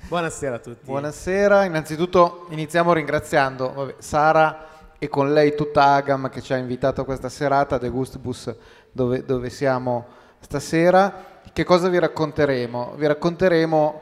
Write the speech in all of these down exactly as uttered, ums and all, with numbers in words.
Buonasera a tutti. Buonasera, innanzitutto iniziamo ringraziando vabbè, Sara e con lei tutta Agam che ci ha invitato a questa serata, The Gustibus, dove, dove siamo stasera. Che cosa vi racconteremo? Vi racconteremo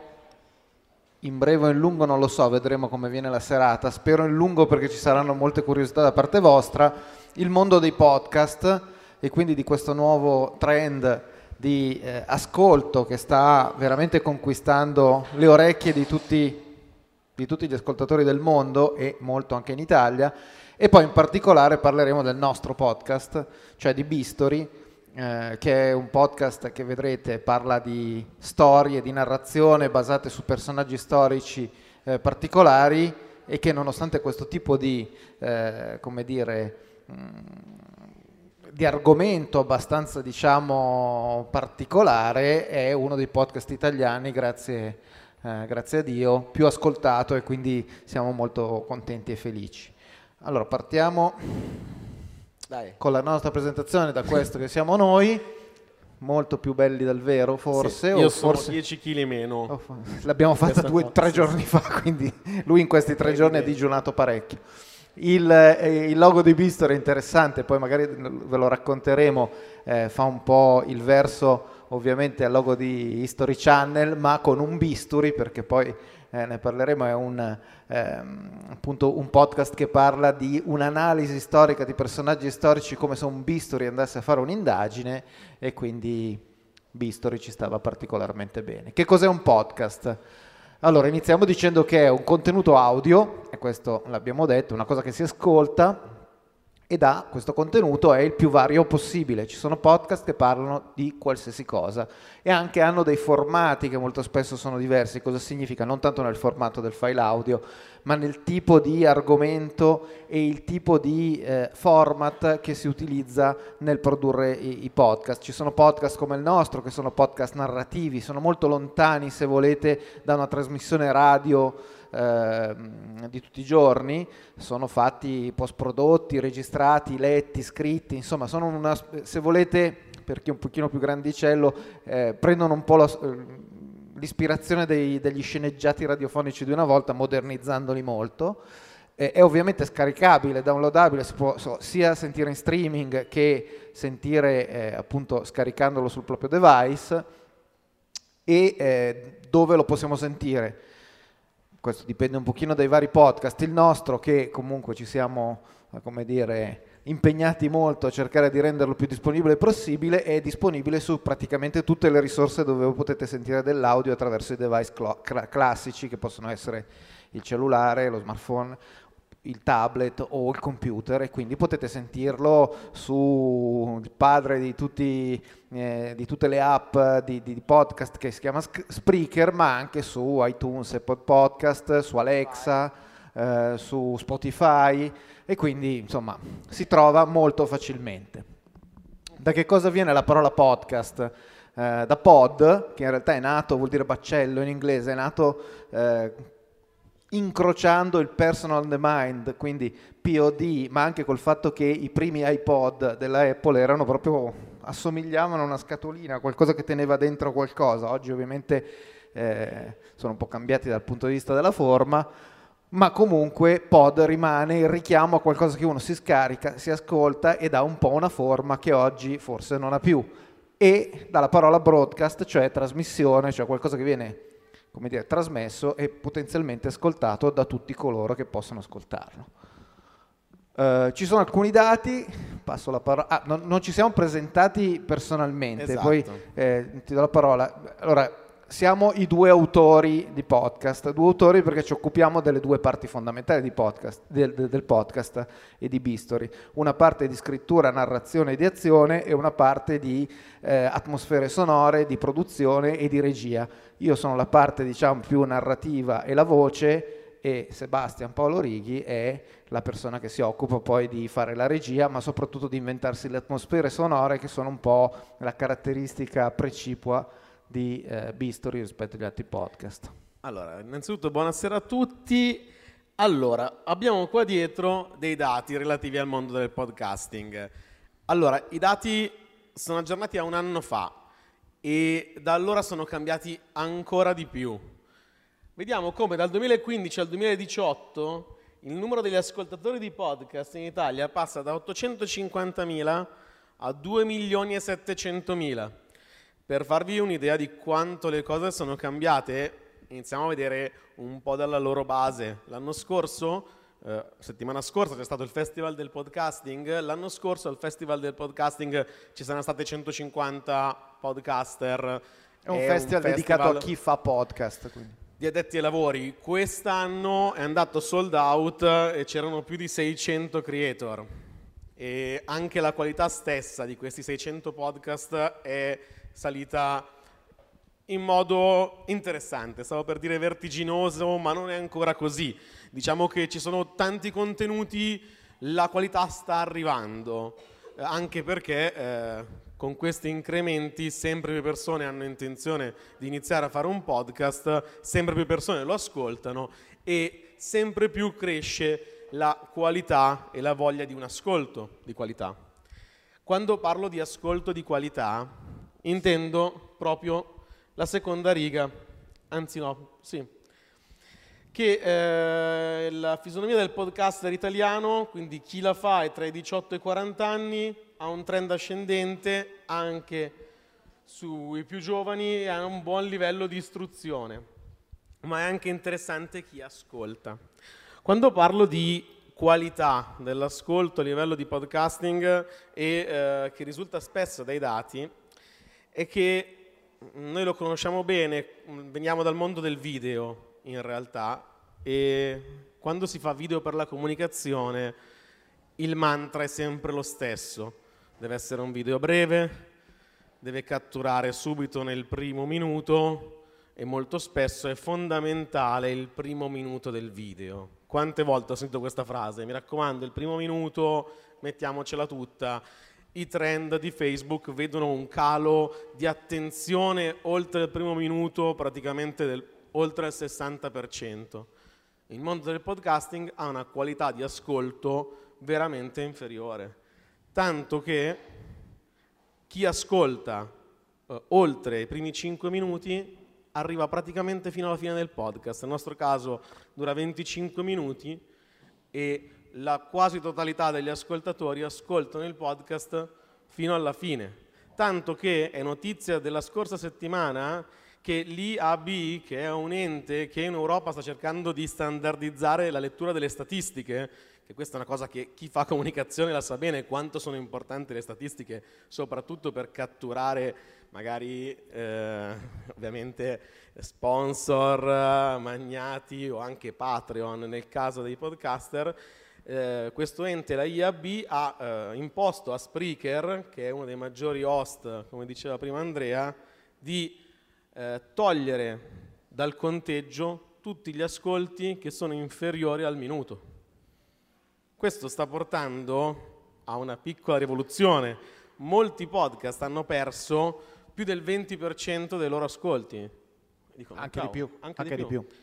in breve o in lungo, non lo so, vedremo come viene la serata, spero in lungo perché ci saranno molte curiosità da parte vostra, il mondo dei podcast e quindi di questo nuovo trend di eh, ascolto che sta veramente conquistando le orecchie di tutti, di tutti gli ascoltatori del mondo e molto anche in Italia, e poi in particolare parleremo del nostro podcast, cioè di Bistory, eh, che è un podcast che vedrete parla di storie, di narrazione basate su personaggi storici eh, particolari e che nonostante questo tipo di, eh, come dire, mh, di argomento abbastanza, diciamo, particolare, è uno dei podcast italiani, grazie, eh, grazie a Dio, più ascoltato, e quindi siamo molto contenti e felici. Allora, partiamo Dai. con la nostra presentazione da questo che siamo noi, molto più belli del vero, forse. Sì, io o sono forse... dieci chili meno. Oh, l'abbiamo fatta due o tre sì, giorni sì. fa, quindi lui in questi tre giorni ha digiunato parecchio. Il, eh, il logo di Bistory è interessante, poi magari ve lo racconteremo, eh, fa un po' il verso ovviamente al logo di History Channel, ma con un bisturi, perché poi eh, ne parleremo, è un, ehm, appunto un podcast che parla di un'analisi storica di personaggi storici come se un bisturi andasse a fare un'indagine, e quindi Bistory ci stava particolarmente bene. Che cos'è un podcast? Allora, iniziamo dicendo che è un contenuto audio, e questo l'abbiamo detto, una cosa che si ascolta, e da questo contenuto è il più vario possibile. Ci sono podcast che parlano di qualsiasi cosa e anche hanno dei formati che molto spesso sono diversi. Cosa significa? Non tanto nel formato del file audio, ma nel tipo di argomento e il tipo di eh, format che si utilizza nel produrre i, i podcast. Ci sono podcast come il nostro, che sono podcast narrativi, sono molto lontani, se volete, da una trasmissione radio eh, di tutti i giorni, sono fatti post-prodotti, registrati, letti, scritti, insomma, sono una, se volete, per chi è un pochino più grandicello, eh, prendono un po' la, l'ispirazione dei, degli sceneggiati radiofonici di una volta, modernizzandoli molto. Eh, è ovviamente scaricabile, downloadabile, si può so, sia sentire in streaming che sentire eh, appunto scaricandolo sul proprio device. E eh, dove lo possiamo sentire? Questo dipende un pochino dai vari podcast. Il nostro, che comunque ci siamo, come dire, impegnati molto a cercare di renderlo più disponibile possibile, è disponibile su praticamente tutte le risorse dove voi potete sentire dell'audio attraverso i device cl- cl- classici, che possono essere il cellulare, lo smartphone, il tablet o il computer, e quindi potete sentirlo su il padre di tutti eh, di tutte le app di, di podcast, che si chiama Spreaker, ma anche su iTunes, Apple Podcast, su Alexa, eh, su Spotify, e quindi insomma si trova molto facilmente. Da che cosa viene la parola podcast? Eh, da pod, che in realtà è nato, vuol dire baccello in inglese, è nato eh, incrociando il personal on the mind, quindi P O D, ma anche col fatto che i primi iPod della Apple erano proprio, assomigliavano a una scatolina, qualcosa che teneva dentro qualcosa. Oggi ovviamente eh, sono un po' cambiati dal punto di vista della forma, ma comunque pod rimane il richiamo a qualcosa che uno si scarica, si ascolta ed ha un po' una forma che oggi forse non ha più. E dalla parola broadcast, cioè trasmissione, cioè qualcosa che viene, come dire, trasmesso e potenzialmente ascoltato da tutti coloro che possono ascoltarlo. Uh, ci sono alcuni dati, passo la parola. Ah, non, non ci siamo presentati personalmente, esatto. Poi eh, ti do la parola. Allora, siamo i due autori di podcast, due autori perché ci occupiamo delle due parti fondamentali di podcast, del, del podcast e di Bistory. Una parte di scrittura, narrazione e di azione, e una parte di eh, atmosfere sonore, di produzione e di regia. Io sono la parte, diciamo, più narrativa e la voce, e Sebastian Paolo Righi è la persona che si occupa poi di fare la regia, ma soprattutto di inventarsi le atmosfere sonore, che sono un po' la caratteristica precipua di eh, Bistory rispetto agli altri podcast. Allora, innanzitutto buonasera a tutti. Allora, abbiamo qua dietro dei dati relativi al mondo del podcasting. Allora, i dati sono aggiornati a un anno fa e da allora sono cambiati ancora di più. vediamo come dal duemilaquindici al duemiladiciotto il numero degli ascoltatori di podcast in Italia passa da ottocentocinquantamila a due milioni e settecentomila. Per farvi un'idea di quanto le cose sono cambiate, iniziamo a vedere un po' dalla loro base. L'anno scorso, eh, settimana scorsa, c'è stato il Festival del Podcasting. L'anno scorso al Festival del Podcasting ci sono state centocinquanta podcaster. È un, È festival, un festival dedicato a chi fa podcast, quindi. Di addetti ai lavori. Quest'anno è andato sold out e c'erano più di seicento creator. E anche la qualità stessa di questi seicento podcast è salita in modo interessante, stavo per dire vertiginoso, ma non è ancora così. Diciamo che ci sono tanti contenuti, la qualità sta arrivando, eh, anche perché eh, con questi incrementi sempre più persone hanno intenzione di iniziare a fare un podcast, sempre più persone lo ascoltano e sempre più cresce la qualità e la voglia di un ascolto di qualità. Quando parlo di ascolto di qualità, intendo proprio la seconda riga, anzi no, sì, che eh, la fisionomia del podcaster italiano, quindi chi la fa è tra i diciotto e i quaranta anni, ha un trend ascendente anche sui più giovani e ha un buon livello di istruzione, ma è anche interessante chi ascolta. Quando parlo di qualità dell'ascolto a livello di podcasting e eh, che risulta spesso dai dati, è che noi lo conosciamo bene, veniamo dal mondo del video in realtà, e quando si fa video per la comunicazione il mantra è sempre lo stesso: deve essere un video breve, deve catturare subito nel primo minuto e molto spesso è fondamentale il primo minuto del video. Quante volte ho sentito questa frase? Mi raccomando, il primo minuto, mettiamocela tutta. I trend di Facebook vedono un calo di attenzione oltre il primo minuto, praticamente del, oltre il sessanta per cento. Il mondo del podcasting ha una qualità di ascolto veramente inferiore, tanto che chi ascolta eh, oltre i primi cinque minuti arriva praticamente fino alla fine del podcast. Nel nostro caso dura venticinque minuti e la quasi totalità degli ascoltatori ascoltano il podcast fino alla fine. Tanto che è notizia della scorsa settimana che l'I A B, che è un ente che in Europa sta cercando di standardizzare la lettura delle statistiche, che questa è una cosa che chi fa comunicazione la sa bene, quanto sono importanti le statistiche, soprattutto per catturare magari eh, ovviamente sponsor, magnati o anche Patreon nel caso dei podcaster. Eh, questo ente, la I A B, ha eh, imposto a Spreaker, che è uno dei maggiori host, come diceva prima Andrea, di eh, togliere dal conteggio tutti gli ascolti che sono inferiori al minuto. Questo sta portando a una piccola rivoluzione. Molti podcast hanno perso più del venti per cento dei loro ascolti. Dicono, anche di più. Anche, anche di più. Di più.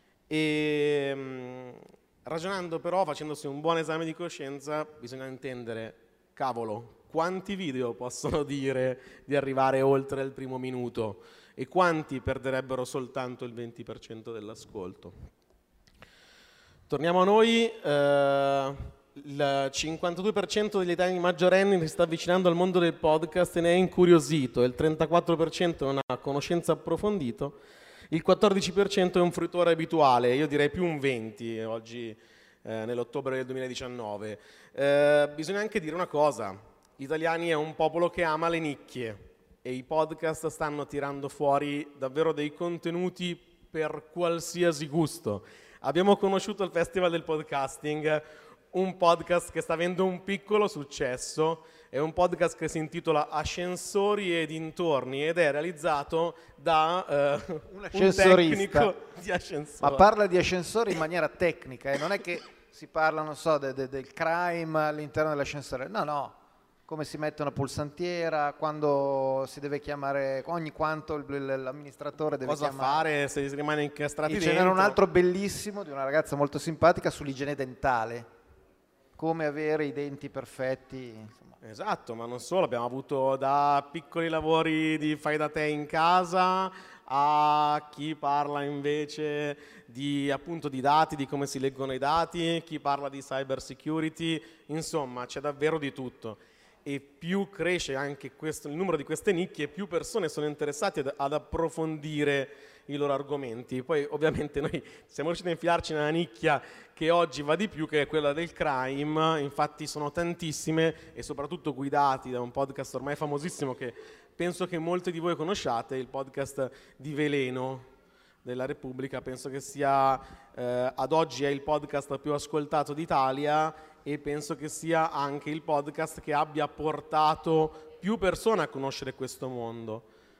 E, mh, ragionando però, facendosi un buon esame di coscienza, bisogna intendere, cavolo, quanti video possono dire di arrivare oltre il primo minuto e quanti perderebbero soltanto il venti per cento dell'ascolto. Torniamo a noi. Eh, il cinquantadue per cento degli italiani maggiorenni si sta avvicinando al mondo del podcast e ne è incuriosito, il trentaquattro per cento non ha conoscenza approfondita, il quattordici per cento è un fruitore abituale, io direi più un venti per cento oggi eh, nell'ottobre del duemiladiciannove. Eh, bisogna anche dire una cosa: gli italiani è un popolo che ama le nicchie e i podcast stanno tirando fuori davvero dei contenuti per qualsiasi gusto. Abbiamo conosciuto al Festival del Podcasting un podcast che sta avendo un piccolo successo, è un podcast che si intitola Ascensori e dintorni ed è realizzato da uh, un, un tecnico di ascensori. Ma parla di ascensori in maniera tecnica, eh? Non è che si parla, non so, de, de, del crime all'interno dell'ascensore, no, no, come si mette una pulsantiera, quando si deve chiamare, ogni quanto l'amministratore deve cosa chiamare. Cosa fare se si rimane incastrati dentro. Ce n'era un altro bellissimo di una ragazza molto simpatica sull'igiene dentale, come avere i denti perfetti, insomma. Esatto, ma non solo, abbiamo avuto da piccoli lavori di fai da te in casa a chi parla invece di, appunto, di dati, di come si leggono i dati, chi parla di cyber security, insomma c'è davvero di tutto. E più cresce anche questo, il numero di queste nicchie, più persone sono interessate ad, ad approfondire i loro argomenti. Poi ovviamente noi siamo riusciti a infilarci nella nicchia che oggi va di più, che è quella del crime. Infatti sono tantissime e soprattutto guidati da un podcast ormai famosissimo che penso che molti di voi conosciate, il podcast di Veleno della Repubblica. Penso che sia eh, ad oggi è il podcast più ascoltato d'Italia e penso che sia anche il podcast che abbia portato più persone a conoscere questo mondo.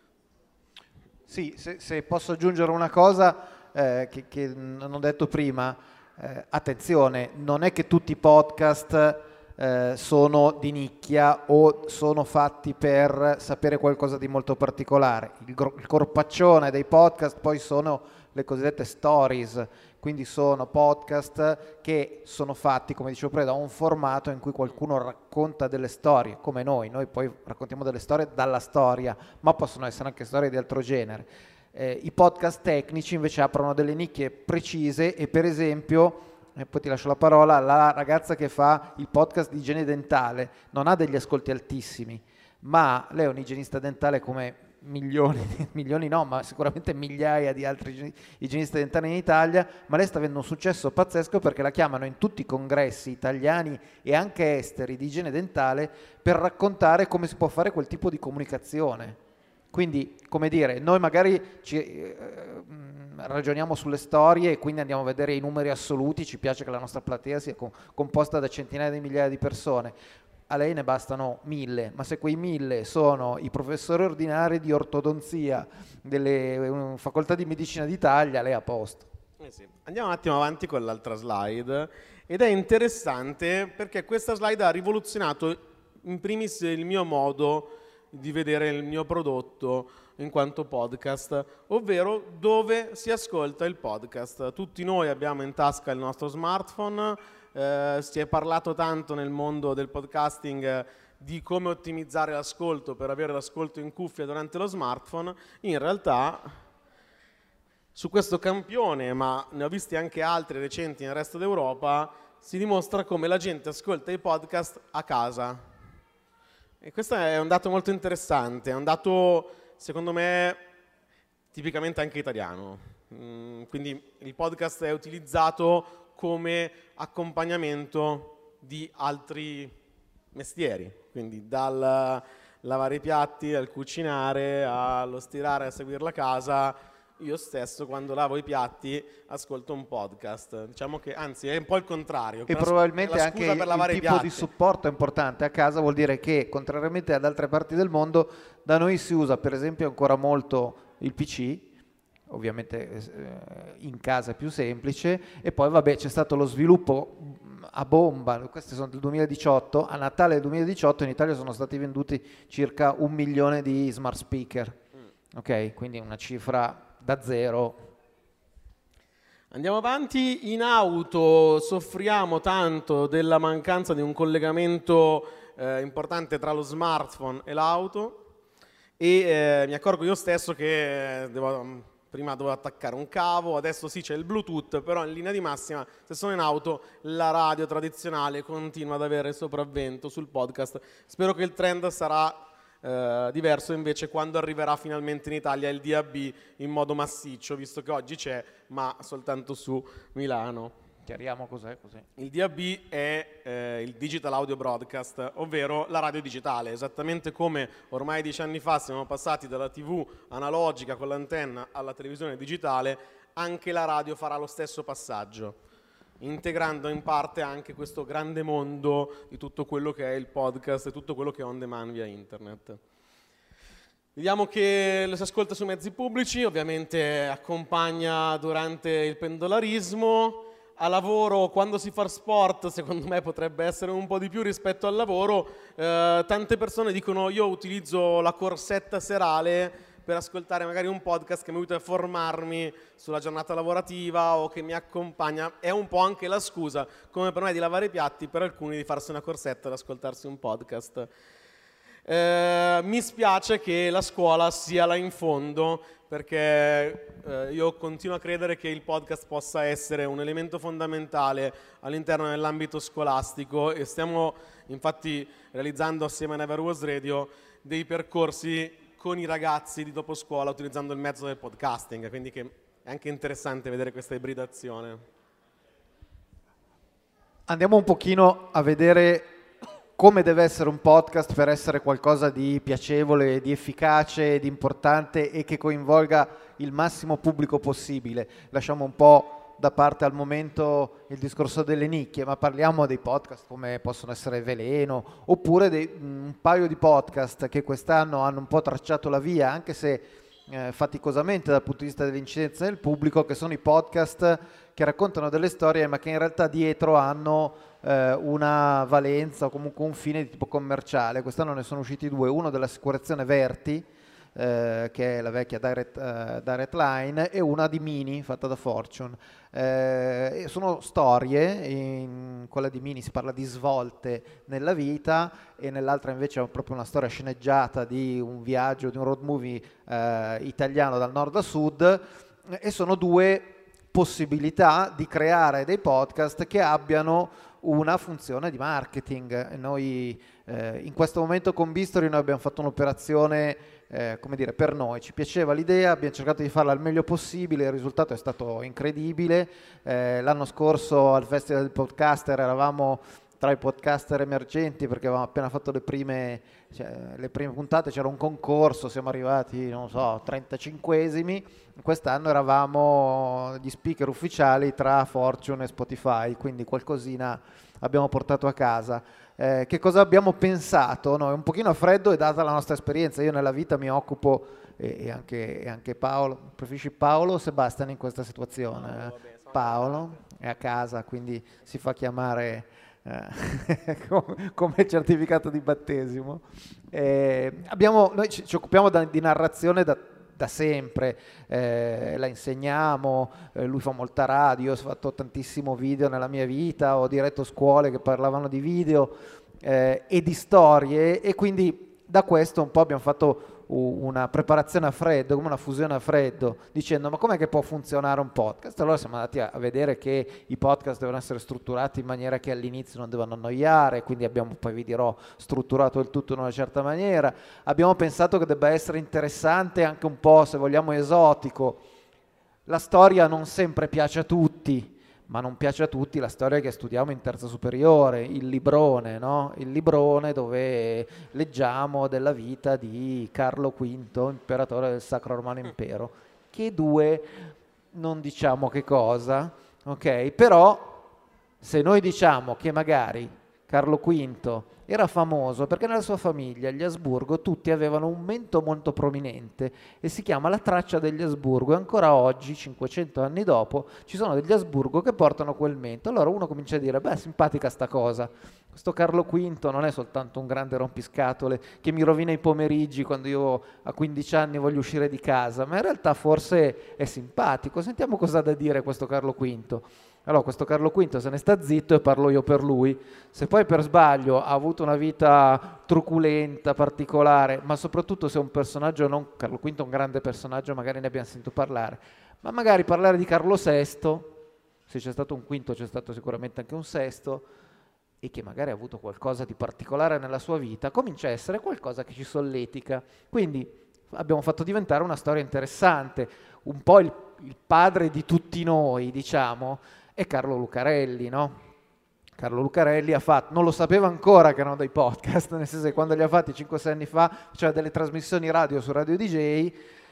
Sì, se, se posso aggiungere una cosa eh, che, che non ho detto prima, eh, attenzione, non è che tutti i podcast eh, sono di nicchia o sono fatti per sapere qualcosa di molto particolare. Il, il corpaccione dei podcast poi sono le cosiddette stories, quindi sono podcast che sono fatti, come dicevo prima, da un formato in cui qualcuno racconta delle storie, come noi, noi poi raccontiamo delle storie dalla storia, ma possono essere anche storie di altro genere. Eh, I podcast tecnici invece aprono delle nicchie precise e per esempio, e poi ti lascio la parola, la ragazza che fa il podcast di igiene dentale non ha degli ascolti altissimi, ma lei è un igienista dentale come milioni, milioni no, ma sicuramente migliaia di altri igienisti dentali in Italia, ma lei sta avendo un successo pazzesco perché la chiamano in tutti i congressi italiani e anche esteri di igiene dentale per raccontare come si può fare quel tipo di comunicazione. Quindi, come dire, noi magari ci, eh, ragioniamo sulle storie e quindi andiamo a vedere i numeri assoluti, ci piace che la nostra platea sia co- composta da centinaia di migliaia di persone. A lei ne bastano mille, ma se quei mille sono i professori ordinari di ortodonzia delle uh, facoltà di medicina d'Italia, lei è a posto. Eh sì. Andiamo un attimo avanti con l'altra slide, ed è interessante perché questa slide ha rivoluzionato in primis il mio modo di vedere il mio prodotto in quanto podcast, ovvero dove si ascolta il podcast. Tutti noi abbiamo in tasca il nostro smartphone. Eh, si è parlato tanto nel mondo del podcasting eh, di come ottimizzare l'ascolto per avere l'ascolto in cuffia durante lo smartphone. In realtà su questo campione, ma ne ho visti anche altri recenti nel resto d'Europa, si dimostra come la gente ascolta i podcast a casa. E questo è un dato molto interessante, è un dato secondo me tipicamente anche italiano. Mm, quindi il podcast è utilizzato come accompagnamento di altri mestieri, quindi dal lavare i piatti, al cucinare, allo stirare, a seguire la casa. Io stesso quando lavo i piatti ascolto un podcast, diciamo che anzi è un po' il contrario. E probabilmente anche il tipo piatti. di supporto importante a casa vuol dire che contrariamente ad altre parti del mondo da noi si usa per esempio ancora molto il P C, ovviamente eh, in casa è più semplice, e poi vabbè c'è stato lo sviluppo a bomba, queste sono del duemiladiciotto, a Natale del duemiladiciotto in Italia sono stati venduti circa un milione di smart speaker, mm. ok? Quindi una cifra da zero. Andiamo avanti. In auto soffriamo tanto della mancanza di un collegamento eh, importante tra lo smartphone e l'auto e eh, mi accorgo io stesso che devo, prima dovevo attaccare un cavo, adesso sì c'è il Bluetooth, però in linea di massima se sono in auto la radio tradizionale continua ad avere sopravvento sul podcast. Spero che il trend sarà Uh, diverso invece quando arriverà finalmente in Italia il D A B in modo massiccio, visto che oggi c'è ma soltanto su Milano. Chiariamo cos'è così. Il D A B è eh, il Digital Audio Broadcast, ovvero la radio digitale, esattamente come ormai dieci anni fa siamo passati dalla tivù analogica con l'antenna alla televisione digitale, anche la radio farà lo stesso passaggio, integrando in parte anche questo grande mondo di tutto quello che è il podcast e tutto quello che è on demand via internet. Vediamo che lo si ascolta su mezzi pubblici, ovviamente accompagna durante il pendolarismo, a lavoro quando si fa sport secondo me potrebbe essere un po' di più rispetto al lavoro. Eh, tante persone dicono io utilizzo la corsetta serale per ascoltare magari un podcast che mi aiuta a formarmi sulla giornata lavorativa o che mi accompagna. È un po' anche la scusa, come per me di lavare i piatti, per alcuni di farsi una corsetta ad ascoltarsi un podcast. Eh, mi spiace che la scuola sia là in fondo, perché eh, io continuo a credere che il podcast possa essere un elemento fondamentale all'interno dell'ambito scolastico, e stiamo infatti realizzando assieme a Never Was Radio dei percorsi con i ragazzi di dopo scuola utilizzando il mezzo del podcasting, quindi che è anche interessante vedere questa ibridazione. Andiamo un pochino a vedere come deve essere un podcast per essere qualcosa di piacevole, di efficace, di importante e che coinvolga il massimo pubblico possibile. Lasciamo un po' da parte al momento il discorso delle nicchie, ma parliamo dei podcast come possono essere Veleno, oppure dei, un paio di podcast che quest'anno hanno un po' tracciato la via, anche se eh, faticosamente dal punto di vista dell'incidenza del pubblico, che sono i podcast che raccontano delle storie ma che in realtà dietro hanno eh, una valenza o comunque un fine di tipo commerciale. Quest'anno ne sono usciti due, uno dell'assicurazione Verti, eh, che è la vecchia Direct, uh, Direct Line, e una di Mini fatta da Fortune. Eh, sono storie, in quella di Mini si parla di svolte nella vita e nell'altra invece è proprio una storia sceneggiata di un viaggio, di un road movie eh, italiano dal nord a sud, e sono due possibilità di creare dei podcast che abbiano una funzione di marketing. Noi eh, in questo momento con Bistory noi abbiamo fatto un'operazione eh, come dire, per noi ci piaceva l'idea, abbiamo cercato di farla al meglio possibile, il risultato è stato incredibile. Eh, l'anno scorso al Festival del Podcaster eravamo tra i podcaster emergenti perché avevamo appena fatto le prime, cioè, le prime puntate, c'era un concorso, siamo arrivati, non so, trentacinquesimi. Quest'anno eravamo gli speaker ufficiali tra Fortune e Spotify, quindi qualcosina abbiamo portato a casa. Eh, che cosa abbiamo pensato? Noi un pochino a freddo è data la nostra esperienza, io nella vita mi occupo, e, e, anche, e anche Paolo, preferisci Paolo o Sebastian in questa situazione? No, vabbè, Paolo è a casa, quindi si fa chiamare eh, come certificato di battesimo. Eh, abbiamo, noi ci, ci occupiamo da, di narrazione da da sempre, eh, la insegniamo, eh, lui fa molta radio, ho fatto tantissimo video nella mia vita, ho diretto scuole che parlavano di video eh, e di storie, e quindi da questo un po' abbiamo fatto una preparazione a freddo, come una fusione a freddo, dicendo ma com'è che può funzionare un podcast? Allora siamo andati a vedere che i podcast devono essere strutturati in maniera che all'inizio non devono annoiare, quindi abbiamo, poi vi dirò, strutturato il tutto in una certa maniera. Abbiamo pensato che debba essere interessante, anche un po', se vogliamo, esotico. La storia non sempre piace a tutti, ma non piace a tutti la storia che studiamo in terza superiore, il librone, no? Il librone dove leggiamo della vita di Carlo quinto, imperatore del Sacro Romano Impero, che due non diciamo che cosa, ok? Però se noi diciamo che magari Carlo quinto era famoso perché nella sua famiglia, gli Asburgo, tutti avevano un mento molto prominente e si chiama la traccia degli Asburgo, e ancora oggi, cinquecento anni dopo, ci sono degli Asburgo che portano quel mento. Allora uno comincia a dire, beh, simpatica sta cosa, questo Carlo quinto non è soltanto un grande rompiscatole che mi rovina i pomeriggi quando io a quindici anni voglio uscire di casa, ma in realtà forse è simpatico, sentiamo cosa ha da dire questo Carlo quinto. Allora questo Carlo quinto se ne sta zitto e parlo io per lui. Se poi per sbaglio ha avuto una vita truculenta, particolare, ma soprattutto se è un personaggio, non Carlo quinto è un grande personaggio, magari ne abbiamo sentito parlare, ma magari parlare di Carlo sesto, se c'è stato un quinto c'è stato sicuramente anche un sesto, e che magari ha avuto qualcosa di particolare nella sua vita, comincia a essere qualcosa che ci solletica. Quindi abbiamo fatto diventare una storia interessante, un po' il, il padre di tutti noi, diciamo, è Carlo Lucarelli, no? Carlo Lucarelli ha fatto, non lo sapeva ancora che erano dei podcast, nel senso che quando li ha fatti cinque sei anni fa, cioè delle trasmissioni radio su Radio D J,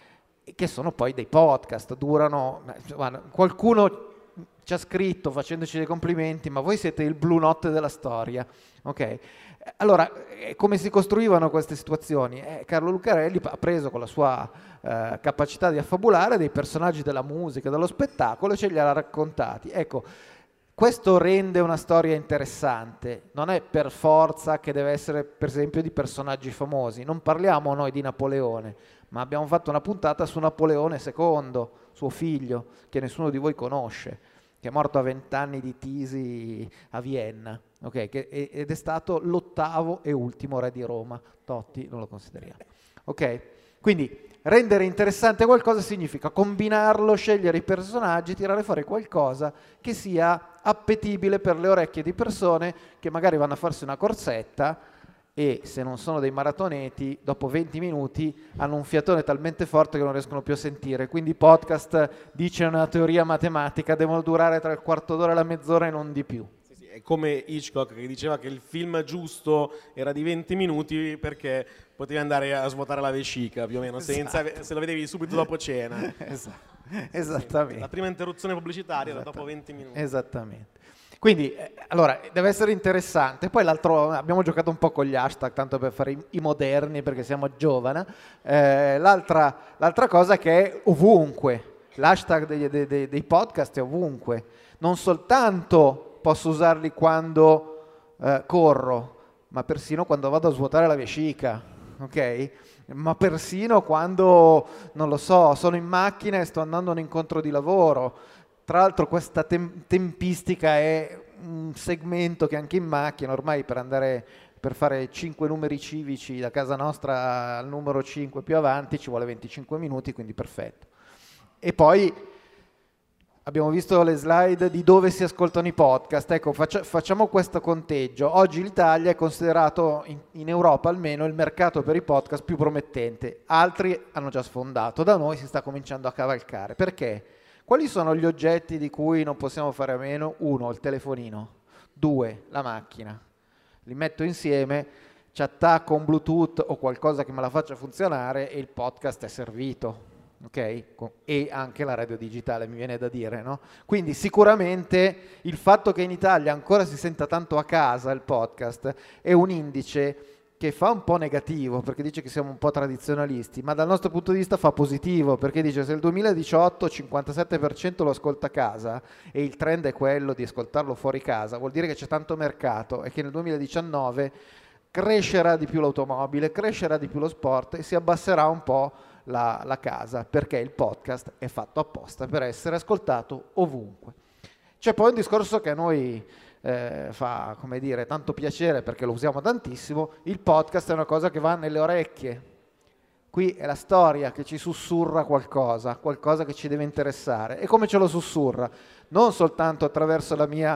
che sono poi dei podcast, durano, guarda, qualcuno ci ha scritto facendoci dei complimenti, ma voi siete il Blue Note della storia, ok? Allora, come si costruivano queste situazioni? Eh, Carlo Lucarelli ha preso con la sua eh, capacità di affabulare dei personaggi della musica, dello spettacolo, e ce li ha raccontati. Ecco, questo rende una storia interessante, non è per forza che deve essere per esempio di personaggi famosi, non parliamo noi di Napoleone, ma abbiamo fatto una puntata su Napoleone secondo, suo figlio, che nessuno di voi conosce. che è morto a vent'anni di tisi a Vienna, ok? Che, ed è stato l'ottavo e ultimo re di Roma. Totti non lo consideriamo, ok? Quindi rendere interessante qualcosa significa combinarlo, scegliere i personaggi, tirare fuori qualcosa che sia appetibile per le orecchie di persone che magari vanno a farsi una corsetta e, se non sono dei maratoneti, dopo venti minuti hanno un fiatone talmente forte che non riescono più a sentire. Quindi i podcast, dice una teoria matematica, devono durare tra il quarto d'ora e la mezz'ora e non di più. Sì, sì, è come Hitchcock che diceva che il film giusto era di venti minuti perché potevi andare a svuotare la vescica, più o meno, senza, esatto. se lo vedevi subito dopo cena. Esatto. Esattamente. Sì, la prima interruzione pubblicitaria era dopo venti minuti. Esattamente. Quindi, eh, allora, deve essere interessante. Poi l'altro, abbiamo giocato un po' con gli hashtag, tanto per fare i, i moderni, perché siamo giovani. Eh, l'altra, l'altra cosa che è ovunque, l'hashtag dei, dei, dei, dei podcast è ovunque. Non soltanto posso usarli quando eh, corro, ma persino quando vado a svuotare la vescica, ok? Ma persino quando, non lo so, sono in macchina e sto andando a un incontro di lavoro. Tra l'altro questa tem- tempistica è un segmento che anche in macchina, ormai per andare per fare cinque numeri civici da casa nostra al numero cinque più avanti ci vuole venticinque minuti, quindi perfetto. E poi abbiamo visto le slide di dove si ascoltano i podcast. Ecco, faccia- facciamo questo conteggio. Oggi l'Italia è considerato, in, in Europa almeno, il mercato per i podcast più promettente. Altri hanno già sfondato, da noi si sta cominciando a cavalcare. Perché? Quali sono gli oggetti di cui non possiamo fare a meno? Uno, il telefonino. Due, la macchina. Li metto insieme, ci attacco un Bluetooth o qualcosa che me la faccia funzionare e il podcast è servito. Ok? E anche la radio digitale, mi viene da dire, no? Quindi sicuramente il fatto che in Italia ancora si senta tanto a casa il podcast è un indice che fa un po' negativo, perché dice che siamo un po' tradizionalisti, ma dal nostro punto di vista fa positivo, perché dice se il duemiladiciotto il cinquantasette per cento lo ascolta a casa e il trend è quello di ascoltarlo fuori casa, vuol dire che c'è tanto mercato e che nel duemiladiciannove crescerà di più l'automobile, crescerà di più lo sport e si abbasserà un po' la, la casa, perché il podcast è fatto apposta per essere ascoltato ovunque. C'è poi un discorso che a noi Eh, fa, come dire, tanto piacere perché lo usiamo tantissimo. Il podcast è una cosa che va nelle orecchie. Qui è la storia che ci sussurra qualcosa, qualcosa che ci deve interessare. E come ce lo sussurra? Non soltanto attraverso la mia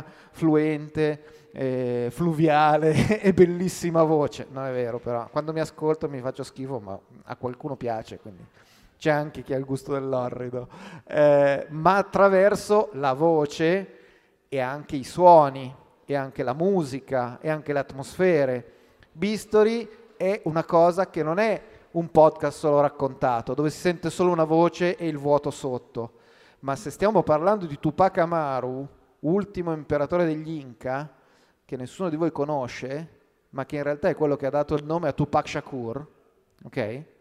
fluente, eh, fluviale e bellissima voce, non è vero, però quando mi ascolto mi faccio schifo, ma a qualcuno piace, quindi c'è anche chi ha il gusto dell'orrido, eh, ma attraverso la voce e anche i suoni, e anche la musica, e anche le atmosfere. Bisturi è una cosa che non è un podcast solo raccontato, dove si sente solo una voce e il vuoto sotto, ma se stiamo parlando di Tupac Amaru, ultimo imperatore degli Inca, che nessuno di voi conosce, ma che in realtà è quello che ha dato il nome a Tupac Shakur, ok?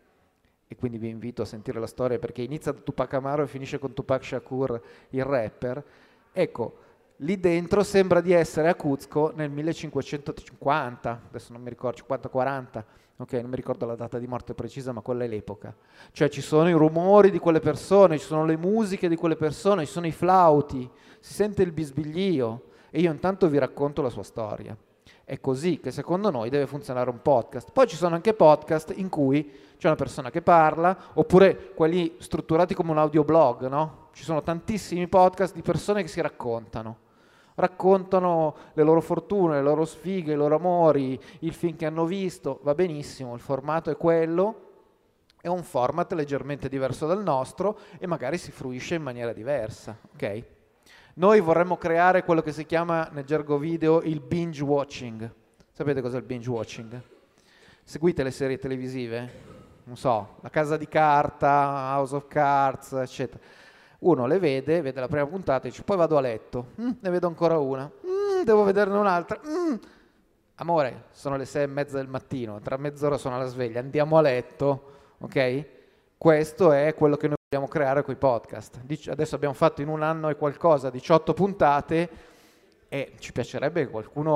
E quindi vi invito a sentire la storia perché inizia da Tupac Amaru e finisce con Tupac Shakur, il rapper. Ecco, lì dentro sembra di essere a Cuzco nel millecinquecentocinquanta, adesso non mi ricordo, cinquanta quaranta, ok, non mi ricordo la data di morte precisa, ma quella è l'epoca. Cioè ci sono i rumori di quelle persone, ci sono le musiche di quelle persone, ci sono i flauti, si sente il bisbiglio e io intanto vi racconto la sua storia. È così che secondo noi deve funzionare un podcast. Poi ci sono anche podcast in cui c'è una persona che parla, oppure quelli strutturati come un audioblog, no? Ci sono tantissimi podcast di persone che si raccontano. Raccontano le loro fortune, le loro sfighe, i loro amori, il film che hanno visto, va benissimo, il formato è quello, è un format leggermente diverso dal nostro e magari si fruisce in maniera diversa, ok? Noi vorremmo creare quello che si chiama nel gergo video il binge watching. Sapete cos'è il binge watching? Seguite le serie televisive? Non so, La Casa di Carta, House of Cards, eccetera. Uno le vede, vede la prima puntata e dice poi vado a letto, mm, ne vedo ancora una, mm, devo vederne un'altra. Mm. Amore, sono le sei e mezza del mattino, tra mezz'ora sono alla sveglia, andiamo a letto, ok? Questo è quello che noi vogliamo creare con i podcast. Dic- adesso abbiamo fatto in un anno e qualcosa, diciotto puntate, e ci piacerebbe che qualcuno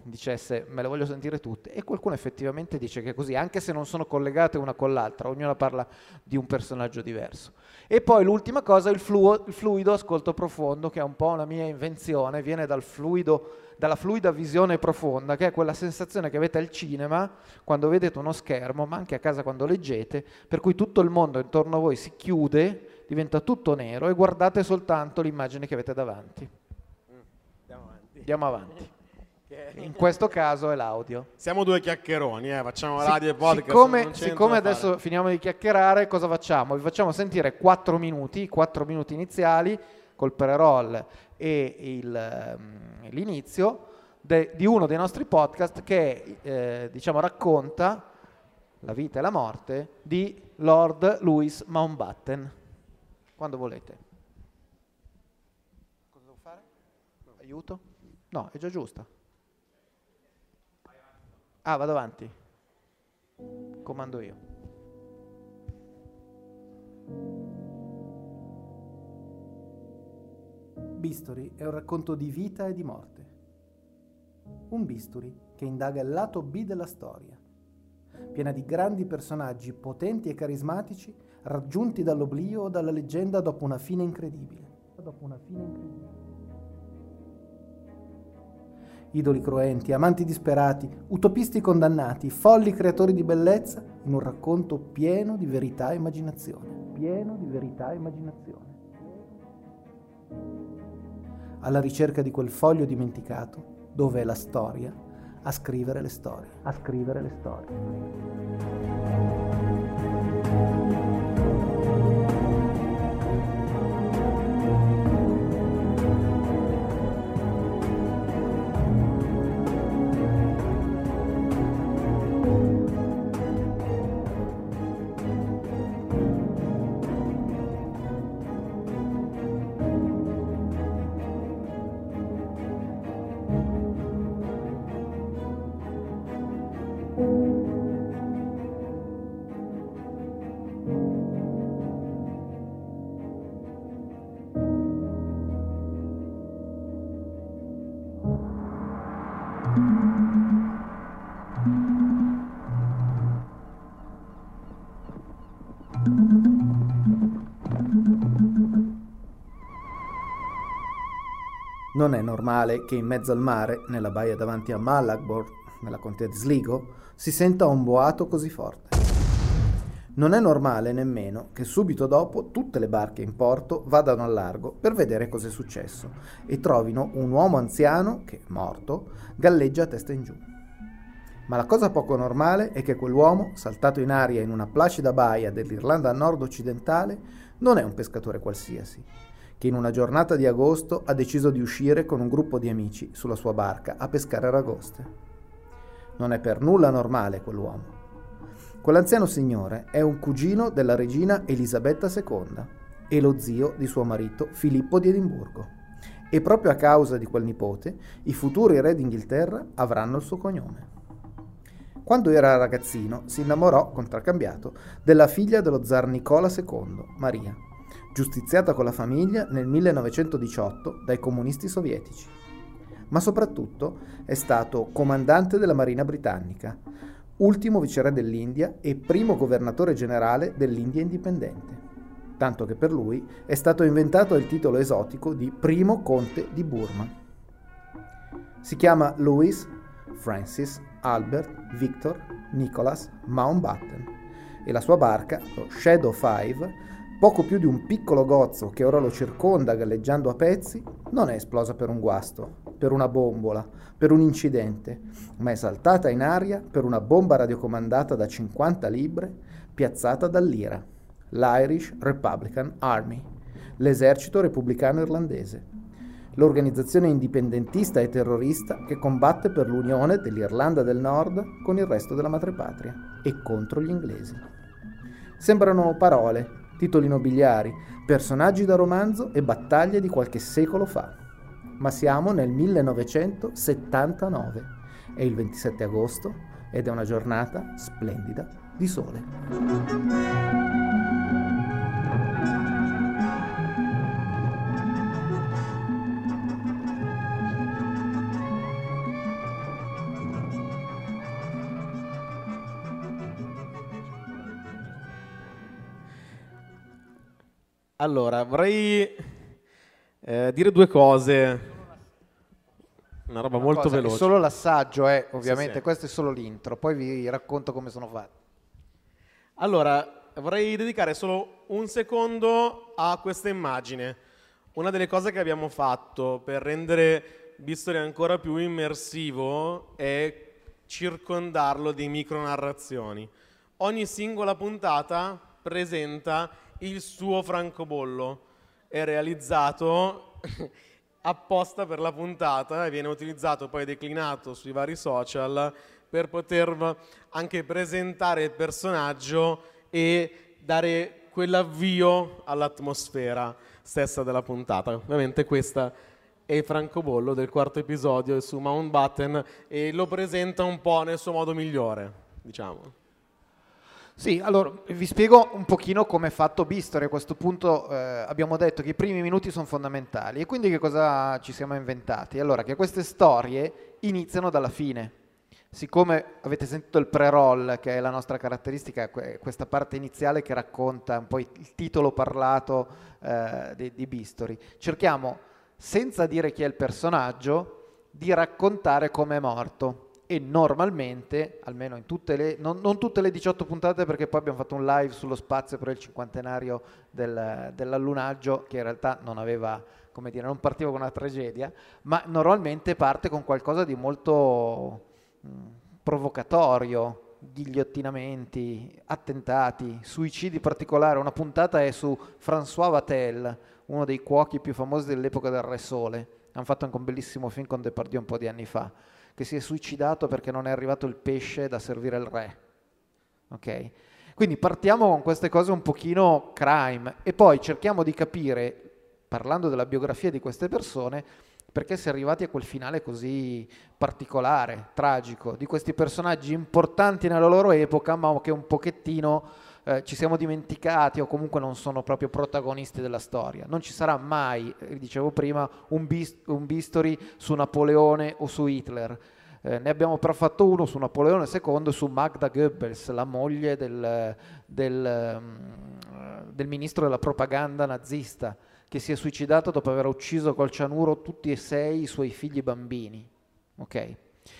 dicesse me le voglio sentire tutte, e qualcuno effettivamente dice che è così, anche se non sono collegate una con l'altra, ognuna parla di un personaggio diverso. E poi l'ultima cosa, il, fluo, il fluido ascolto profondo, che è un po' una mia invenzione, viene dal fluido, dalla fluida visione profonda, che è quella sensazione che avete al cinema quando vedete uno schermo, ma anche a casa quando leggete, per cui tutto il mondo intorno a voi si chiude, diventa tutto nero e guardate soltanto l'immagine che avete davanti. Andiamo avanti. Andiamo avanti. In questo caso è l'audio. Siamo due chiacchieroni, eh? Facciamo Si- radio e podcast. Siccome, non c'è siccome niente da adesso fare. finiamo di chiacchierare, cosa facciamo? Vi facciamo sentire quattro minuti, quattro minuti iniziali col pre-roll e il, ehm, l'inizio de- di uno dei nostri podcast che eh, diciamo racconta la vita e la morte di Lord Louis Mountbatten. Quando volete. Cosa devo fare? Aiuto? No, è già giusta. Ah, vado avanti. Comando io. Bisturi è un racconto di vita e di morte. Un bisturi che indaga il lato B della storia, piena di grandi personaggi potenti e carismatici raggiunti dall'oblio o dalla leggenda dopo una fine incredibile. Dopo una fine incredibile. Idoli cruenti, amanti disperati, utopisti condannati, folli creatori di bellezza, in un racconto pieno di verità e immaginazione. Pieno di verità e immaginazione. Alla ricerca di quel foglio dimenticato, dove è la storia a scrivere le storie. A scrivere le storie. Non è normale che in mezzo al mare, nella baia davanti a Malagborn, nella contea di Sligo, si senta un boato così forte. Non è normale nemmeno che subito dopo tutte le barche in porto vadano al largo per vedere cosa è successo e trovino un uomo anziano che, morto, galleggia a testa in giù. Ma la cosa poco normale è che quell'uomo, saltato in aria in una placida baia dell'Irlanda nord-occidentale, non è un pescatore qualsiasi, che in una giornata di agosto ha deciso di uscire con un gruppo di amici sulla sua barca a pescare aragoste. Non è per nulla normale quell'uomo. Quell'anziano signore è un cugino della regina Elisabetta seconda e lo zio di suo marito Filippo di Edimburgo. E proprio a causa di quel nipote, i futuri re d'Inghilterra avranno il suo cognome. Quando era ragazzino si innamorò, contraccambiato, della figlia dello zar Nicola secondo, Maria, giustiziata con la famiglia nel millenovecentodiciotto dai comunisti sovietici. Ma soprattutto è stato comandante della Marina britannica, ultimo viceré dell'India e primo governatore generale dell'India indipendente, tanto che per lui è stato inventato il titolo esotico di primo conte di Burma. Si chiama Louis Francis Albert Victor Nicholas Mountbatten e la sua barca, lo Shadow Five, poco più di un piccolo gozzo che ora lo circonda galleggiando a pezzi, non è esplosa per un guasto, per una bombola, per un incidente, ma è saltata in aria per una bomba radiocomandata da cinquanta libbre piazzata dall'I R A, l'Irish Republican Army, l'esercito repubblicano irlandese, l'organizzazione indipendentista e terrorista che combatte per l'unione dell'Irlanda del Nord con il resto della madrepatria e contro gli inglesi. Sembrano parole, titoli nobiliari, personaggi da romanzo e battaglie di qualche secolo fa. Ma siamo nel millenovecentosettantanove, è il ventisette agosto ed è una giornata splendida di sole. Allora, vorrei eh, dire due cose. Una roba Una molto cosa, veloce. È solo l'assaggio, eh, ovviamente, Sì, sì. questo è solo l'intro, poi vi racconto come sono fatti. Allora, vorrei dedicare solo un secondo a questa immagine. Una delle cose che abbiamo fatto per rendere Bisturi ancora più immersivo è circondarlo di micronarrazioni. Ogni singola puntata presenta il suo francobollo. È realizzato apposta per la puntata e viene utilizzato poi declinato sui vari social per poter anche presentare il personaggio e dare quell'avvio all'atmosfera stessa della puntata. Ovviamente questa è il francobollo del quarto episodio su Mountbatten e lo presenta un po' nel suo modo migliore, diciamo. Sì, allora vi spiego un pochino come è fatto Bisturi. A questo punto eh, abbiamo detto che i primi minuti sono fondamentali e quindi che cosa ci siamo inventati? Allora, che queste storie iniziano dalla fine. Siccome avete sentito il pre-roll, che è la nostra caratteristica, questa parte iniziale che racconta un po' il titolo parlato eh, di, di Bisturi, cerchiamo, senza dire chi è il personaggio, di raccontare come è morto. E normalmente, almeno in tutte le, non, non tutte le diciotto puntate, perché poi abbiamo fatto un live sullo spazio per il cinquantenario del, dell'allunaggio, che in realtà non aveva, come dire, non partiva con una tragedia, ma normalmente parte con qualcosa di molto mh, provocatorio, ghigliottinamenti, attentati, suicidi particolari. Una puntata è su François Vatel, uno dei cuochi più famosi dell'epoca del Re Sole. Hanno fatto anche un bellissimo film con Depardieu un po' di anni fa, che si è suicidato perché non è arrivato il pesce da servire al re. Ok? Quindi partiamo con queste cose un pochino crime e poi cerchiamo di capire, parlando della biografia di queste persone, perché si è arrivati a quel finale così particolare, tragico, di questi personaggi importanti nella loro epoca, ma che un pochettino eh, ci siamo dimenticati o comunque non sono proprio protagonisti della storia. Non ci sarà mai, eh, dicevo prima, un, bis- un Bisturi su Napoleone o su Hitler. Eh, ne abbiamo però fatto uno su Napoleone secondo e su Magda Goebbels, la moglie del, del, um, del ministro della propaganda nazista, che si è suicidato dopo aver ucciso col cianuro tutti e sei i suoi figli bambini. Ok?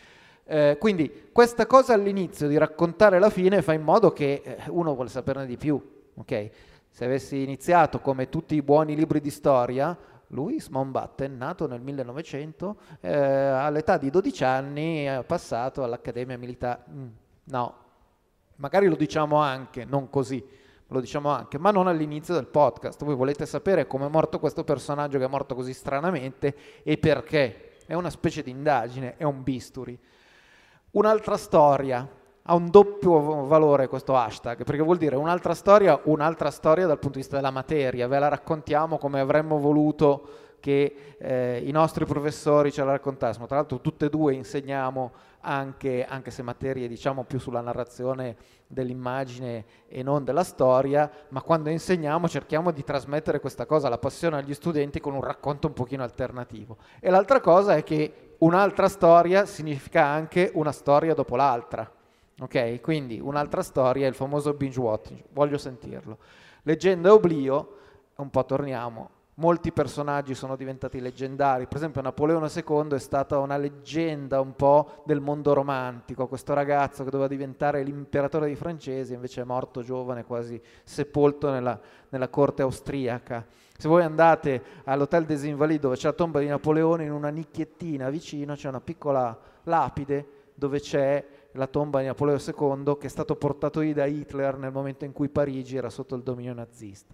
Eh, quindi questa cosa all'inizio di raccontare la fine fa in modo che eh, uno vuole saperne di più. Ok? Se avessi iniziato come tutti i buoni libri di storia, Louis Mountbatten, nato nel millenovecento, eh, all'età di dodici anni è passato all'Accademia Militare. Mm, no, magari lo diciamo anche, non così, lo diciamo anche, ma non all'inizio del podcast. Voi volete sapere come è morto questo personaggio che è morto così stranamente e perché. È una specie di indagine, è un Bisturi. Un'altra storia, ha un doppio valore questo hashtag, perché vuol dire un'altra storia, un'altra storia dal punto di vista della materia, ve la raccontiamo come avremmo voluto che eh, i nostri professori ce la raccontassimo. Tra l'altro tutte e due insegniamo anche, anche se materie diciamo più sulla narrazione dell'immagine e non della storia, ma quando insegniamo cerchiamo di trasmettere questa cosa, la passione agli studenti con un racconto un pochino alternativo. E l'altra cosa è che un'altra storia significa anche una storia dopo l'altra. Ok, quindi un'altra storia è il famoso binge watching, voglio sentirlo. Leggenda e oblio, un po' torniamo, molti personaggi sono diventati leggendari, per esempio Napoleone secondo è stata una leggenda un po' del mondo romantico, questo ragazzo che doveva diventare l'imperatore dei francesi, invece è morto giovane, quasi sepolto nella, nella corte austriaca. Se voi andate all'Hotel des Invalides dove c'è la tomba di Napoleone, in una nicchiettina vicino c'è una piccola lapide dove c'è la tomba di Napoleone secondo che è stato portato lì da Hitler nel momento in cui Parigi era sotto il dominio nazista.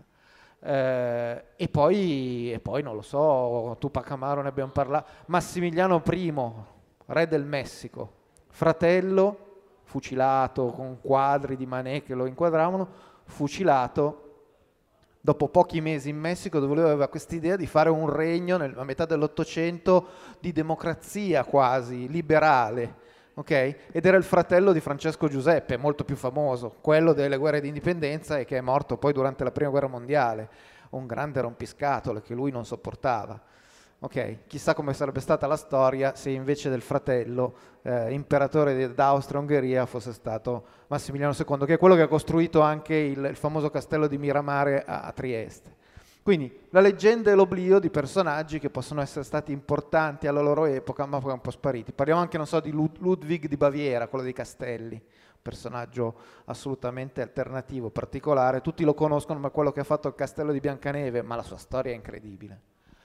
Eh, e, poi, e poi non lo so, Tupac Amaro ne abbiamo parlato, Massimiliano primo, re del Messico, fratello fucilato con quadri di Manet che lo inquadravano, fucilato dopo pochi mesi in Messico, dove lui aveva quest'idea di fare un regno nel, a metà dell'Ottocento di democrazia quasi liberale. Okay? Ed era il fratello di Francesco Giuseppe, molto più famoso, quello delle guerre di indipendenza e che è morto poi durante la prima guerra mondiale, un grande rompiscatole che lui non sopportava. Okay? Chissà come sarebbe stata la storia se invece del fratello eh, imperatore d'Austria-Ungheria fosse stato Massimiliano secondo, che è quello che ha costruito anche il, il famoso castello di Miramare a, a Trieste. Quindi la leggenda e l'oblio di personaggi che possono essere stati importanti alla loro epoca, ma poi un po' spariti. Parliamo anche, non so, di Lud- Ludwig di Baviera, quello dei castelli, personaggio assolutamente alternativo, particolare. Tutti lo conoscono, ma quello che ha fatto il castello di Biancaneve, ma la sua storia è incredibile.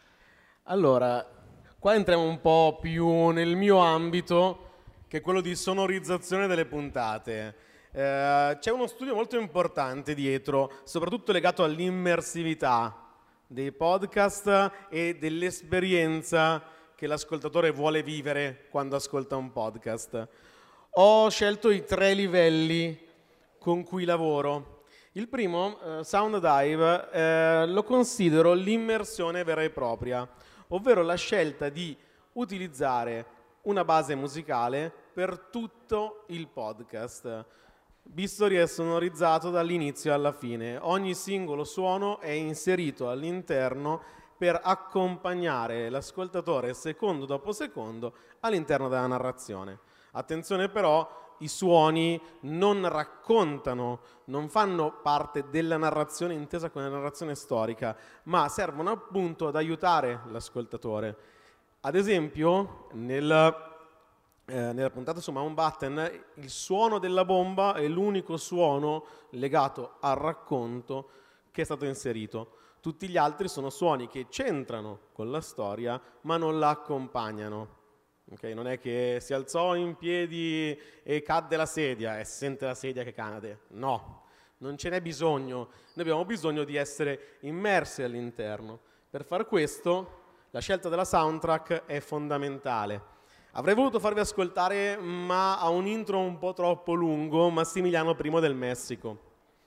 Allora, qua entriamo un po' più nel mio ambito, che è quello di sonorizzazione delle puntate. Eh, c'è uno studio molto importante dietro, soprattutto legato all'immersività dei podcast e dell'esperienza che l'ascoltatore vuole vivere quando ascolta un podcast. Ho scelto i tre livelli con cui lavoro. Il primo, eh, Sound Dive, eh, lo considero l'immersione vera e propria, ovvero la scelta di utilizzare una base musicale per tutto il podcast. Bisturi è sonorizzato dall'inizio alla fine. Ogni singolo suono è inserito all'interno per accompagnare l'ascoltatore secondo dopo secondo all'interno della narrazione. Attenzione però, i suoni non raccontano, non fanno parte della narrazione intesa come narrazione storica, ma servono appunto ad aiutare l'ascoltatore. Ad esempio, nel Eh, nella puntata su Mountbatten, il suono della bomba è l'unico suono legato al racconto che è stato inserito. Tutti gli altri sono suoni che c'entrano con la storia, ma non la accompagnano. Okay? Non è che si alzò in piedi e cadde la sedia e si sente la sedia che cade. No, non ce n'è bisogno. Noi abbiamo bisogno di essere immersi all'interno. Per far questo, la scelta della soundtrack è fondamentale. Avrei voluto farvi ascoltare, ma ha un intro un po' troppo lungo, Massimiliano I del Messico,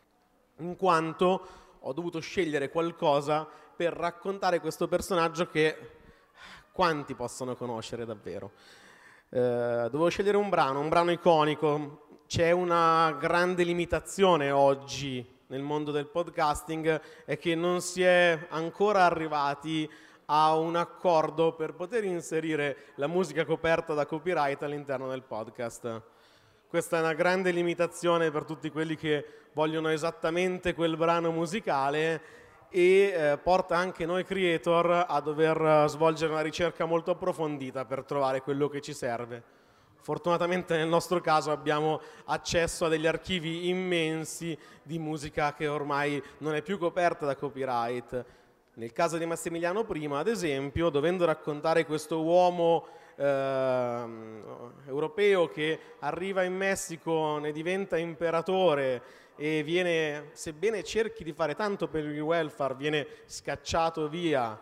in quanto ho dovuto scegliere qualcosa per raccontare questo personaggio che quanti possono conoscere davvero. Eh, dovevo scegliere un brano, un brano iconico. C'è una grande limitazione oggi nel mondo del podcasting, è che non si è ancora arrivati a un accordo per poter inserire la musica coperta da copyright all'interno del podcast. Questa è una grande limitazione per tutti quelli che vogliono esattamente quel brano musicale e eh, porta anche noi creator a dover svolgere una ricerca molto approfondita per trovare quello che ci serve. Fortunatamente nel nostro caso abbiamo accesso a degli archivi immensi di musica che ormai non è più coperta da copyright. Nel caso di Massimiliano I, ad esempio, dovendo raccontare questo uomo eh, europeo che arriva in Messico, ne diventa imperatore e viene, sebbene cerchi di fare tanto per il welfare, viene scacciato via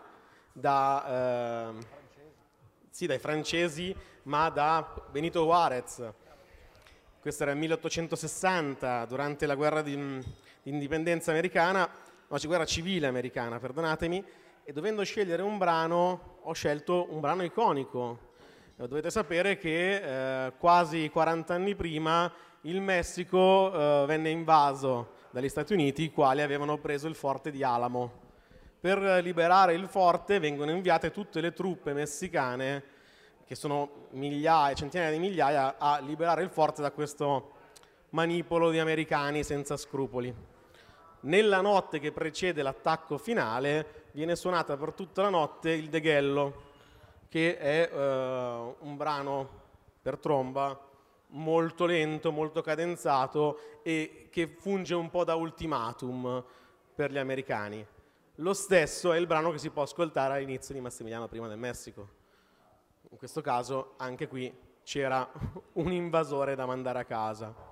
da, eh, sì, dai francesi, ma da Benito Juarez. Questo era il milleottocentosessanta, durante la guerra di, di indipendenza americana, no, guerra civile americana, perdonatemi, e dovendo scegliere un brano, ho scelto un brano iconico. Dovete sapere che eh, quasi quaranta anni prima il Messico eh, venne invaso dagli Stati Uniti, i quali avevano preso il forte di Alamo. Per liberare il forte vengono inviate tutte le truppe messicane, che sono migliaia, centinaia di migliaia, a liberare il forte da questo manipolo di americani senza scrupoli. Nella notte che precede l'attacco finale viene suonata per tutta la notte il Deghello, che è eh, un brano per tromba molto lento, molto cadenzato e che funge un po' da ultimatum per gli americani. Lo stesso è il brano che si può ascoltare all'inizio di Massimiliano I del Messico. In questo caso anche qui c'era un invasore da mandare a casa.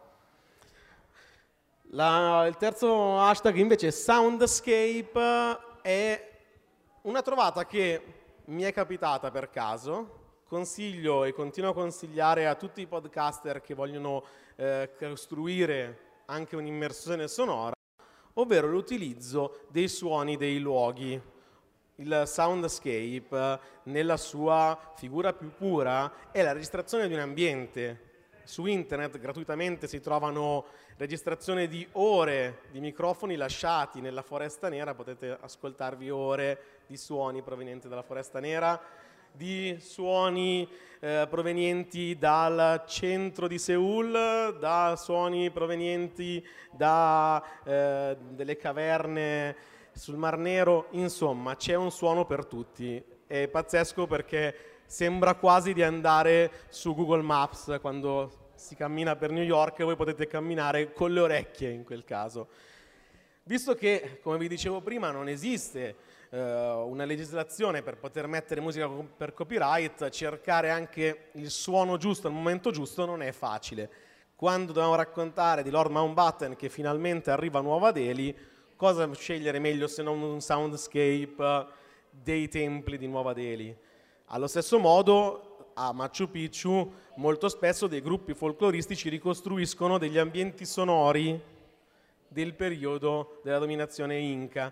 La, il terzo hashtag invece, Soundscape, è una trovata che mi è capitata per caso. Consiglio e continuo a consigliare a tutti i podcaster che vogliono eh, costruire anche un'immersione sonora, ovvero l'utilizzo dei suoni dei luoghi. Il soundscape, nella sua figura più pura, è la registrazione di un ambiente. Su internet gratuitamente si trovano registrazioni di ore di microfoni lasciati nella Foresta Nera, potete ascoltarvi ore di suoni provenienti dalla Foresta Nera, di suoni eh, provenienti dal centro di Seul, da suoni provenienti da eh, delle caverne sul Mar Nero, insomma c'è un suono per tutti. È pazzesco perché sembra quasi di andare su Google Maps quando si cammina per New York, voi potete camminare con le orecchie in quel caso. Visto che, come vi dicevo prima, non esiste eh, una legislazione per poter mettere musica per copyright, cercare anche il suono giusto al momento giusto non è facile. Quando dobbiamo raccontare di Lord Mountbatten che finalmente arriva a Nuova Delhi, cosa scegliere meglio se non un soundscape dei templi di Nuova Delhi? Allo stesso modo, a Machu Picchu molto spesso dei gruppi folcloristici ricostruiscono degli ambienti sonori del periodo della dominazione Inca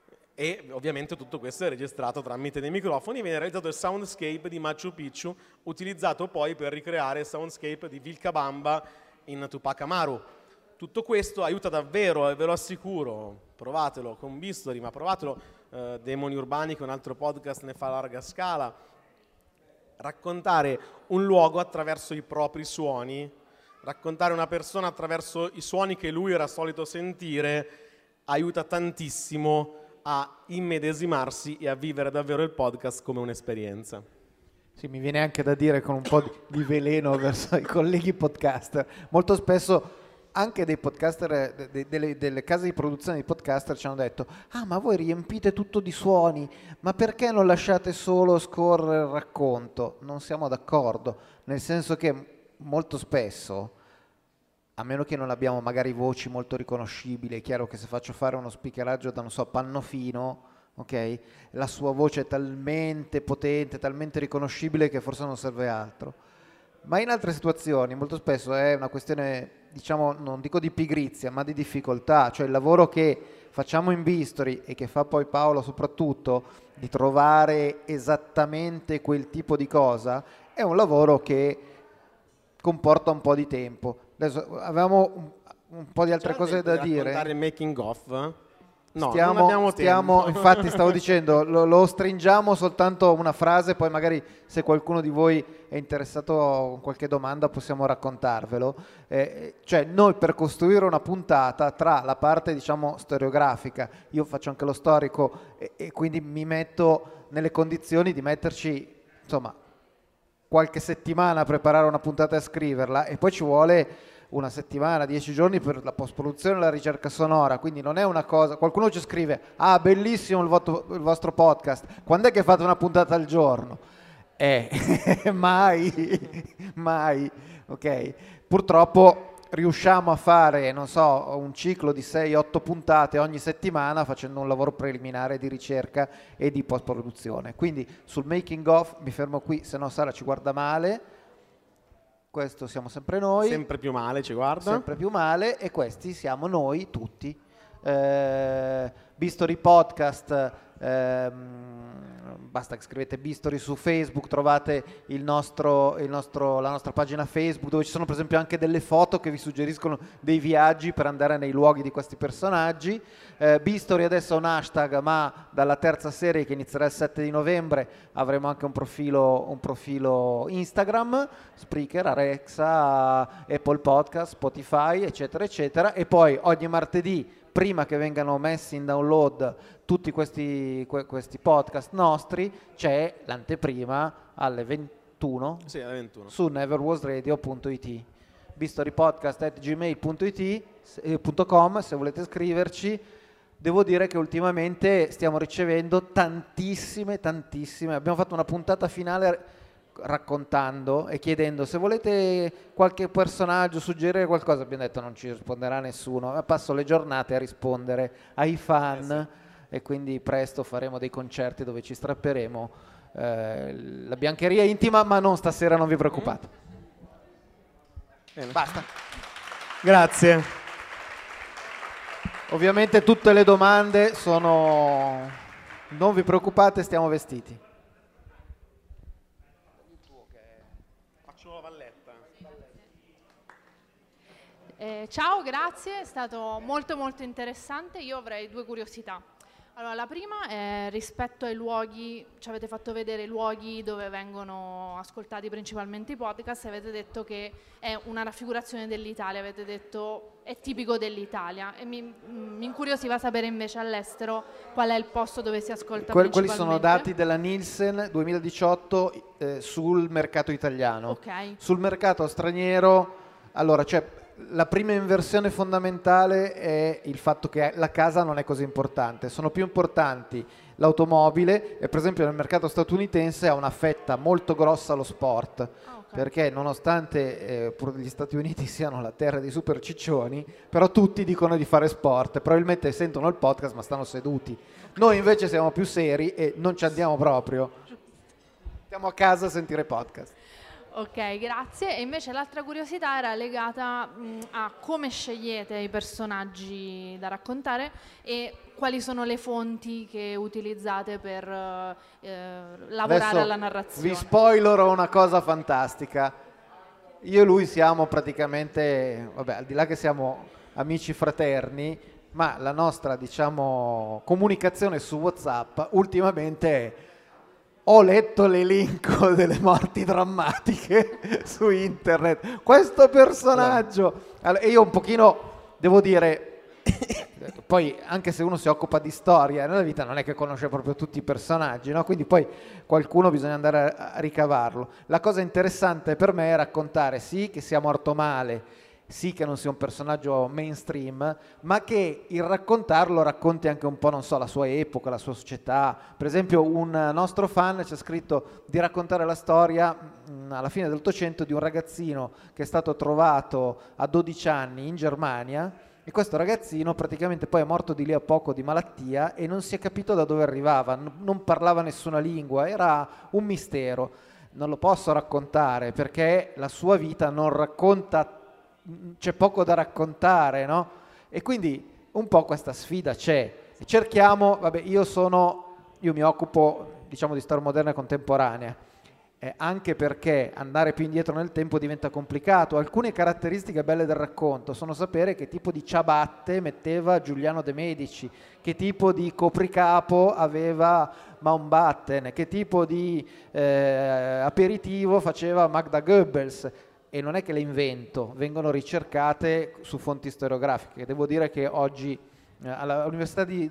e ovviamente tutto questo è registrato tramite dei microfoni. Viene realizzato il soundscape di Machu Picchu, utilizzato poi per ricreare il soundscape di Vilcabamba in Tupac Amaru. Tutto questo aiuta davvero, e ve lo assicuro, provatelo con Bisturi, ma provatelo, eh, Demoni Urbani, che è un altro podcast, ne fa a larga scala. Raccontare un luogo attraverso i propri suoni, raccontare una persona attraverso i suoni che lui era solito sentire, aiuta tantissimo a immedesimarsi e a vivere davvero il podcast come un'esperienza. Sì, mi viene anche da dire con un po' di veleno verso i colleghi podcaster. Molto spesso anche dei podcaster, de, de, delle, delle case di produzione di podcaster ci hanno detto: ah, ma voi riempite tutto di suoni, ma perché non lasciate solo scorrere il racconto? Non siamo d'accordo, nel senso che molto spesso, a meno che non abbiamo magari voci molto riconoscibili, è chiaro che se faccio fare uno speakeraggio da, non so, Pannofino, ok, la sua voce è talmente potente, talmente riconoscibile che forse non serve altro. Ma in altre situazioni molto spesso è una questione, diciamo, non dico di pigrizia, ma di difficoltà, cioè il lavoro che facciamo in Bisturi e che fa poi Paolo soprattutto, di trovare esattamente quel tipo di cosa, è un lavoro che comporta un po' di tempo. Adesso avevamo un, un po' di altre cose da dire. Raccontare il making of? No, stiamo, non abbiamo stiamo, tempo. Infatti stavo dicendo, lo, lo stringiamo soltanto una frase, poi magari se qualcuno di voi è interessato con qualche domanda possiamo raccontarvelo. Eh, cioè noi per costruire una puntata tra la parte, diciamo, storiografica, io faccio anche lo storico e, e quindi mi metto nelle condizioni di metterci, insomma, qualche settimana a preparare una puntata e a scriverla, e poi ci vuole una settimana, dieci giorni per la post-produzione e la ricerca sonora, quindi non è una cosa... Qualcuno ci scrive: ah, bellissimo il, voto, il vostro podcast, quando è che fate una puntata al giorno? Eh, mai, mai, ok? Purtroppo riusciamo a fare, non so, un ciclo di sei otto puntate ogni settimana facendo un lavoro preliminare di ricerca e di post-produzione. Quindi sul making of mi fermo qui, se no Sara ci guarda male. Questo siamo sempre noi. Sempre più male ci guarda. Sempre più male, e questi siamo noi tutti. Eh, Bisturi Podcast, ehm, basta che scrivete Bisturi su Facebook, trovate il nostro, il nostro, la nostra pagina Facebook, dove ci sono per esempio anche delle foto che vi suggeriscono dei viaggi per andare nei luoghi di questi personaggi. Eh, Bisturi adesso è un hashtag, ma dalla terza serie che inizierà il sette di novembre avremo anche un profilo, un profilo Instagram, Spreaker, Alexa, Apple Podcast, Spotify, eccetera eccetera, e poi ogni martedì, prima che vengano messi in download tutti questi, que, questi podcast nostri, c'è l'anteprima alle ventuno, sì, alle ventuno. Su neverwasradio punto it, bistorypodcast at gmail punto com se volete scriverci. Devo dire che ultimamente stiamo ricevendo tantissime, tantissime. Abbiamo fatto una puntata finale raccontando e chiedendo se volete qualche personaggio, suggerire qualcosa. Abbiamo detto non ci risponderà nessuno, passo le giornate a rispondere ai fan, eh sì. E quindi presto faremo dei concerti dove ci strapperemo eh, la biancheria intima, ma non stasera, non vi preoccupate. Bene. Basta. Grazie. Ovviamente tutte le domande sono, non vi preoccupate, stiamo vestiti. Eh, ciao, grazie, è stato molto molto interessante. Io avrei due curiosità. Allora, la prima è rispetto ai luoghi, ci avete fatto vedere i luoghi dove vengono ascoltati principalmente i podcast, e avete detto che è una raffigurazione dell'Italia, avete detto è tipico dell'Italia, e mi, mi incuriosiva sapere invece all'estero qual è il posto dove si ascolta Que- principalmente. Quelli sono dati della Nielsen duemiladiciotto eh, sul mercato italiano. Ok. Sul mercato straniero, allora, cioè, la prima inversione fondamentale è il fatto che la casa non è così importante, sono più importanti l'automobile, e per esempio nel mercato statunitense ha una fetta molto grossa lo sport, Ah, ok. perché nonostante eh, pur gli Stati Uniti siano la terra dei super ciccioni, però tutti dicono di fare sport, probabilmente sentono il podcast ma stanno seduti. Noi invece siamo più seri e non ci andiamo proprio, stiamo a casa a sentire podcast. Ok, grazie. E invece l'altra curiosità era legata mh, a come scegliete i personaggi da raccontare e quali sono le fonti che utilizzate per eh, lavorare Adesso alla narrazione. vi spoilerò una cosa fantastica. Io e lui siamo praticamente, vabbè, al di là che siamo amici fraterni, ma la nostra, diciamo, comunicazione su WhatsApp ultimamente è: ho letto l'elenco delle morti drammatiche su internet, questo personaggio, allora, e io un pochino devo dire, poi anche se uno si occupa di storia nella vita non è che conosce proprio tutti i personaggi, no? Quindi poi qualcuno bisogna andare a, a ricavarlo. La cosa interessante per me è raccontare sì che sia morto male, sì che non sia un personaggio mainstream, ma che il raccontarlo racconti anche un po', non so, la sua epoca, la sua società. Per esempio un nostro fan ci ha scritto di raccontare la storia mh, alla fine dell'Ottocento di un ragazzino che è stato trovato a dodici anni in Germania, e questo ragazzino praticamente poi è morto di lì a poco di malattia e non si è capito da dove arrivava, n- non parlava nessuna lingua, era un mistero. Non lo posso raccontare perché la sua vita non racconta, c'è poco da raccontare, no? E quindi un po' questa sfida c'è. E cerchiamo, vabbè, io sono, io mi occupo, diciamo, di storia moderna e contemporanea, eh, anche perché andare più indietro nel tempo diventa complicato. Alcune caratteristiche belle del racconto sono sapere che tipo di ciabatte metteva Giuliano de' Medici, che tipo di copricapo aveva Mountbatten, che tipo di eh, aperitivo faceva Magda Goebbels. E non è che le invento, vengono ricercate su fonti storiografiche. Devo dire che oggi eh, all'Università di,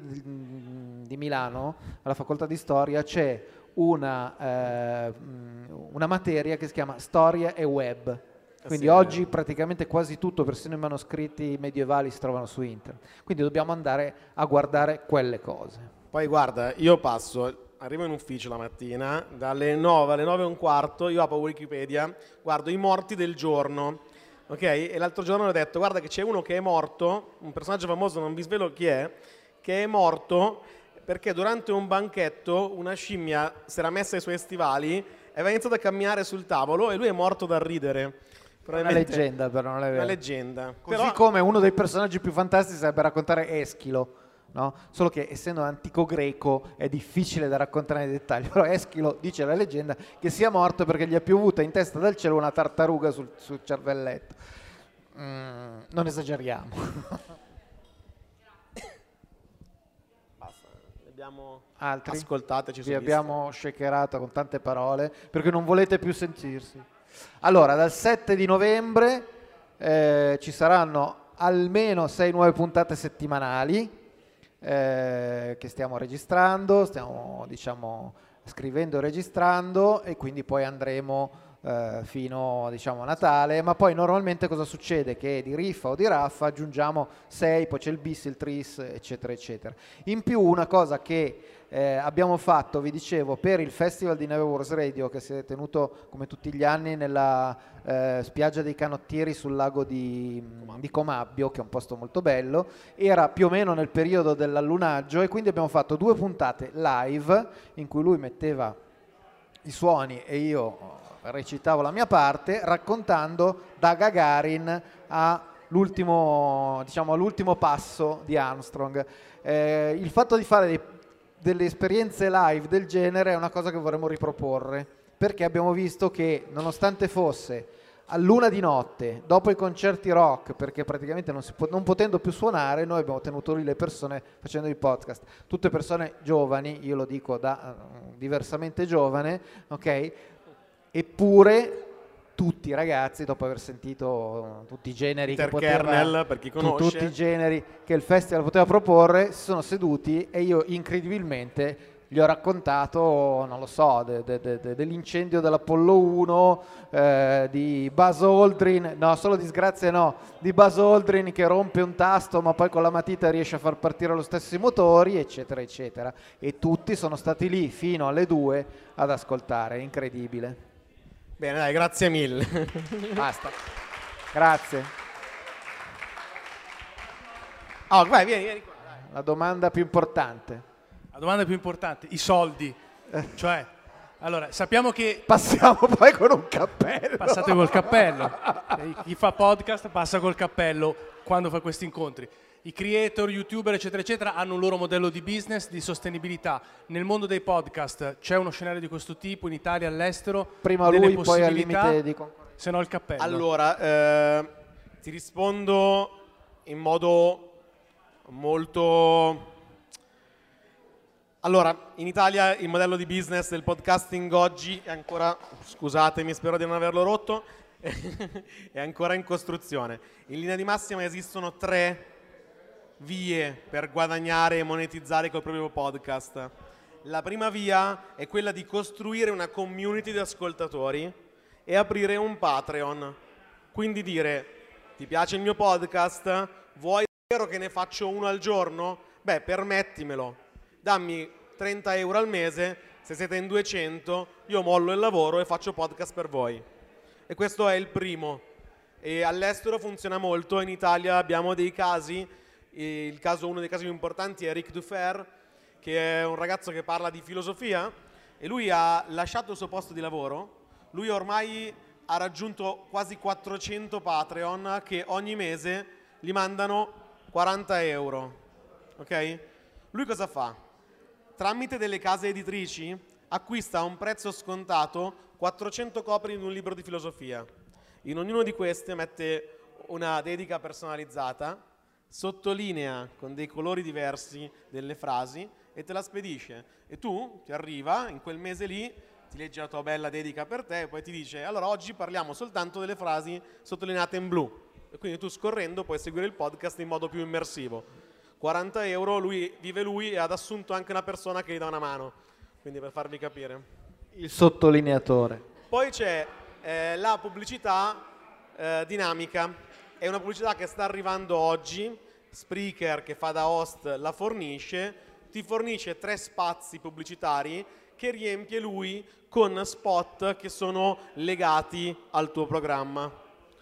di Milano, alla facoltà di storia, c'è una, eh, una materia che si chiama Storia e Web. Quindi sì, oggi praticamente quasi tutto, persino i manoscritti medievali, si trovano su internet. Quindi dobbiamo andare a guardare quelle cose. Poi guarda, io passo... Arrivo in ufficio la mattina, dalle nove alle nove e un quarto, io apro Wikipedia, guardo i morti del giorno, ok? E l'altro giorno ho detto, guarda che c'è uno che è morto, un personaggio famoso, non vi svelo chi è, che è morto perché durante un banchetto una scimmia si era messa ai suoi stivali e aveva iniziato a camminare sul tavolo e lui è morto dal ridere. Una leggenda però, non è vero. Una leggenda. Così Però... come uno dei personaggi più fantastici sarebbe raccontare Eschilo. No? Solo che essendo antico greco è difficile da raccontare nei dettagli, però Eschilo dice la leggenda che sia morto perché gli è piovuta in testa dal cielo una tartaruga sul, sul cervelletto. Mm, non esageriamo. Basta, li abbiamo Altri? ascoltateci su Vi Instagram. abbiamo shakerato con tante parole perché non volete più sentirsi. Allora, dal sette di novembre eh, ci saranno almeno sei nuove puntate settimanali Eh, che stiamo registrando, stiamo, diciamo, scrivendo e registrando, e quindi poi andremo eh, fino, diciamo, a Natale. Ma poi normalmente cosa succede? Che di riffa o di raffa aggiungiamo sei, poi c'è il bis, il tris, eccetera eccetera. In più una cosa che eh, abbiamo fatto, vi dicevo, per il Festival di Neve Wars Radio, che si è tenuto come tutti gli anni nella eh, spiaggia dei canottieri sul lago di, di Comabbio, che è un posto molto bello, era più o meno nel periodo dell'allunaggio, e quindi abbiamo fatto due puntate live in cui lui metteva i suoni e io recitavo la mia parte, raccontando da Gagarin all'ultimo, diciamo, all'ultimo passo di Armstrong. Eh, il fatto di fare dei, delle esperienze live del genere è una cosa che vorremmo riproporre, perché abbiamo visto che nonostante fosse a luna di notte, dopo i concerti rock, perché praticamente non, si po- non potendo più suonare, noi abbiamo tenuto lì le persone facendo i podcast, tutte persone giovani, io lo dico da uh, diversamente giovane, ok? Eppure tutti i ragazzi, dopo aver sentito uh, tutti i generi che poteva, Kernel, per chi conosce, tutti i generi che il festival poteva proporre, si sono seduti e io incredibilmente gli ho raccontato, non lo so, de, de, de, dell'incendio dell'Apollo uno, eh, di Buzz Aldrin, no, solo disgrazie no, di Buzz Aldrin che rompe un tasto ma poi con la matita riesce a far partire lo stesso i motori, eccetera, eccetera. E tutti sono stati lì fino alle due ad ascoltare, incredibile. Bene, dai, grazie mille. Basta. Grazie. Oh, vai, vieni, vieni qua. Dai. La domanda più importante. La domanda più importante, i soldi. Cioè, allora, sappiamo che... Passiamo poi con un cappello. Passate col cappello. Chi fa podcast passa col cappello quando fa questi incontri. I creator, youtuber, eccetera, eccetera, hanno un loro modello di business, di sostenibilità. Nel mondo dei podcast c'è uno scenario di questo tipo, in Italia, all'estero? Prima lui, poi al limite di concorrenza. Se no il cappello. Allora, eh, ti rispondo in modo molto... Allora, in Italia il modello di business del podcasting oggi è ancora, scusatemi, spero di non averlo rotto, è ancora in costruzione. In linea di massima esistono tre vie per guadagnare e monetizzare col proprio podcast. La prima via è quella di costruire una community di ascoltatori e aprire un Patreon. Quindi dire, ti piace il mio podcast? Vuoi davvero che ne faccio uno al giorno? Beh, permettimelo. Dammi trenta euro al mese, se siete in duecento io mollo il lavoro e faccio podcast per voi. E questo è il primo. E all'estero funziona molto, in Italia abbiamo dei casi, il caso, uno dei casi più importanti è Rick Dufer, che è un ragazzo che parla di filosofia e lui ha lasciato il suo posto di lavoro, lui ormai ha raggiunto quasi quattrocento Patreon che ogni mese gli mandano quaranta euro, ok? Lui cosa fa? Tramite delle case editrici acquista a un prezzo scontato quattrocento copie di un libro di filosofia. In ognuno di queste mette una dedica personalizzata, sottolinea con dei colori diversi delle frasi e te la spedisce. E tu ti arriva in quel mese lì, ti legge la tua bella dedica per te e poi ti dice allora oggi parliamo soltanto delle frasi sottolineate in blu. E quindi tu scorrendo puoi seguire il podcast in modo più immersivo. quaranta euro, lui vive lui e ha assunto anche una persona che gli dà una mano, quindi per farvi capire. Il sottolineatore. Poi c'è eh, la pubblicità eh, dinamica, è una pubblicità che sta arrivando oggi, Spreaker che fa da host la fornisce, ti fornisce tre spazi pubblicitari che riempie lui con spot che sono legati al tuo programma.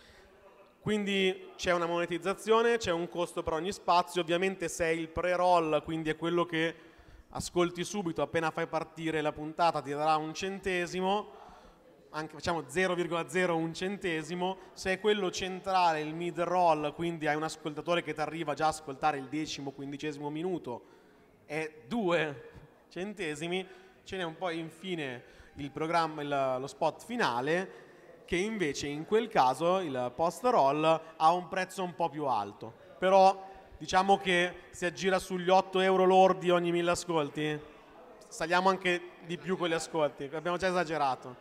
Quindi c'è una monetizzazione, c'è un costo per ogni spazio, ovviamente sei il pre-roll, quindi è quello che ascolti subito, appena fai partire la puntata ti darà un centesimo, anche facciamo zero virgola zero uno centesimo, se è quello centrale, il mid-roll, quindi hai un ascoltatore che ti arriva già a ascoltare il decimo, quindicesimo minuto, è due centesimi, ce n'è un po' infine il programma, il, lo spot finale, che invece in quel caso il post-roll ha un prezzo un po' più alto. Però diciamo che si aggira sugli otto euro lordi ogni mille ascolti. Saliamo anche di più con gli ascolti, abbiamo già esagerato.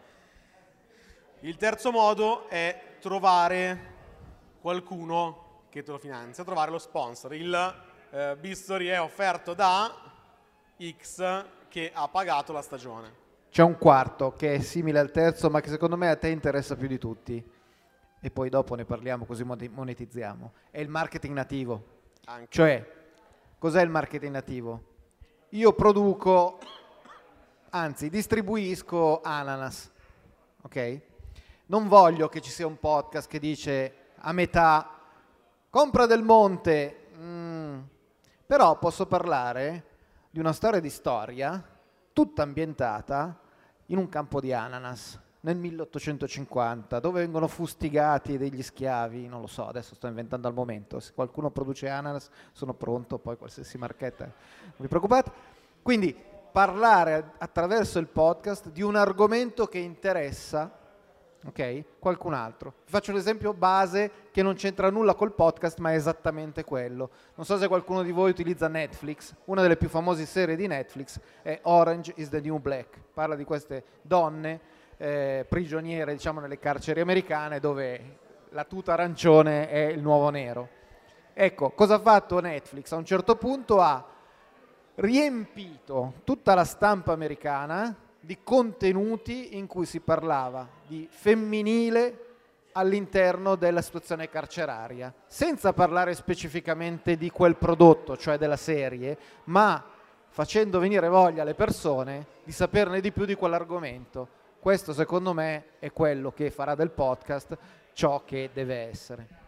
Il terzo modo è trovare qualcuno che te lo finanzia, trovare lo sponsor. Il eh, Bistory è offerto da X che ha pagato la stagione. C'è un quarto che è simile al terzo, ma che secondo me a te interessa più di tutti. E poi dopo ne parliamo così monetizziamo. È il marketing nativo. Anche. Cioè, cos'è il marketing nativo? Io produco, anzi distribuisco ananas, ok? Non voglio che ci sia un podcast che dice a metà compra del monte, mm, però posso parlare di una storia di storia tutta ambientata in un campo di ananas nel milleottocentocinquanta, dove vengono fustigati degli schiavi, non lo so, adesso sto inventando al momento, se qualcuno produce ananas sono pronto, poi qualsiasi marchetta, non vi preoccupate. Quindi parlare attraverso il podcast di un argomento che interessa ok? Qualcun altro. Vi faccio l'esempio base che non c'entra nulla col podcast, ma è esattamente quello. Non so se qualcuno di voi utilizza Netflix. Una delle più famose serie di Netflix è Orange is the New Black. Parla di queste donne eh, prigioniere, diciamo, nelle carceri americane, dove la tuta arancione è il nuovo nero. Ecco, cosa ha fatto Netflix? A un certo punto ha riempito tutta la stampa americana di contenuti in cui si parlava di femminile all'interno della situazione carceraria, senza parlare specificamente di quel prodotto, cioè della serie, ma facendo venire voglia alle persone di saperne di più di quell'argomento. Questo secondo me è quello che farà del podcast ciò che deve essere.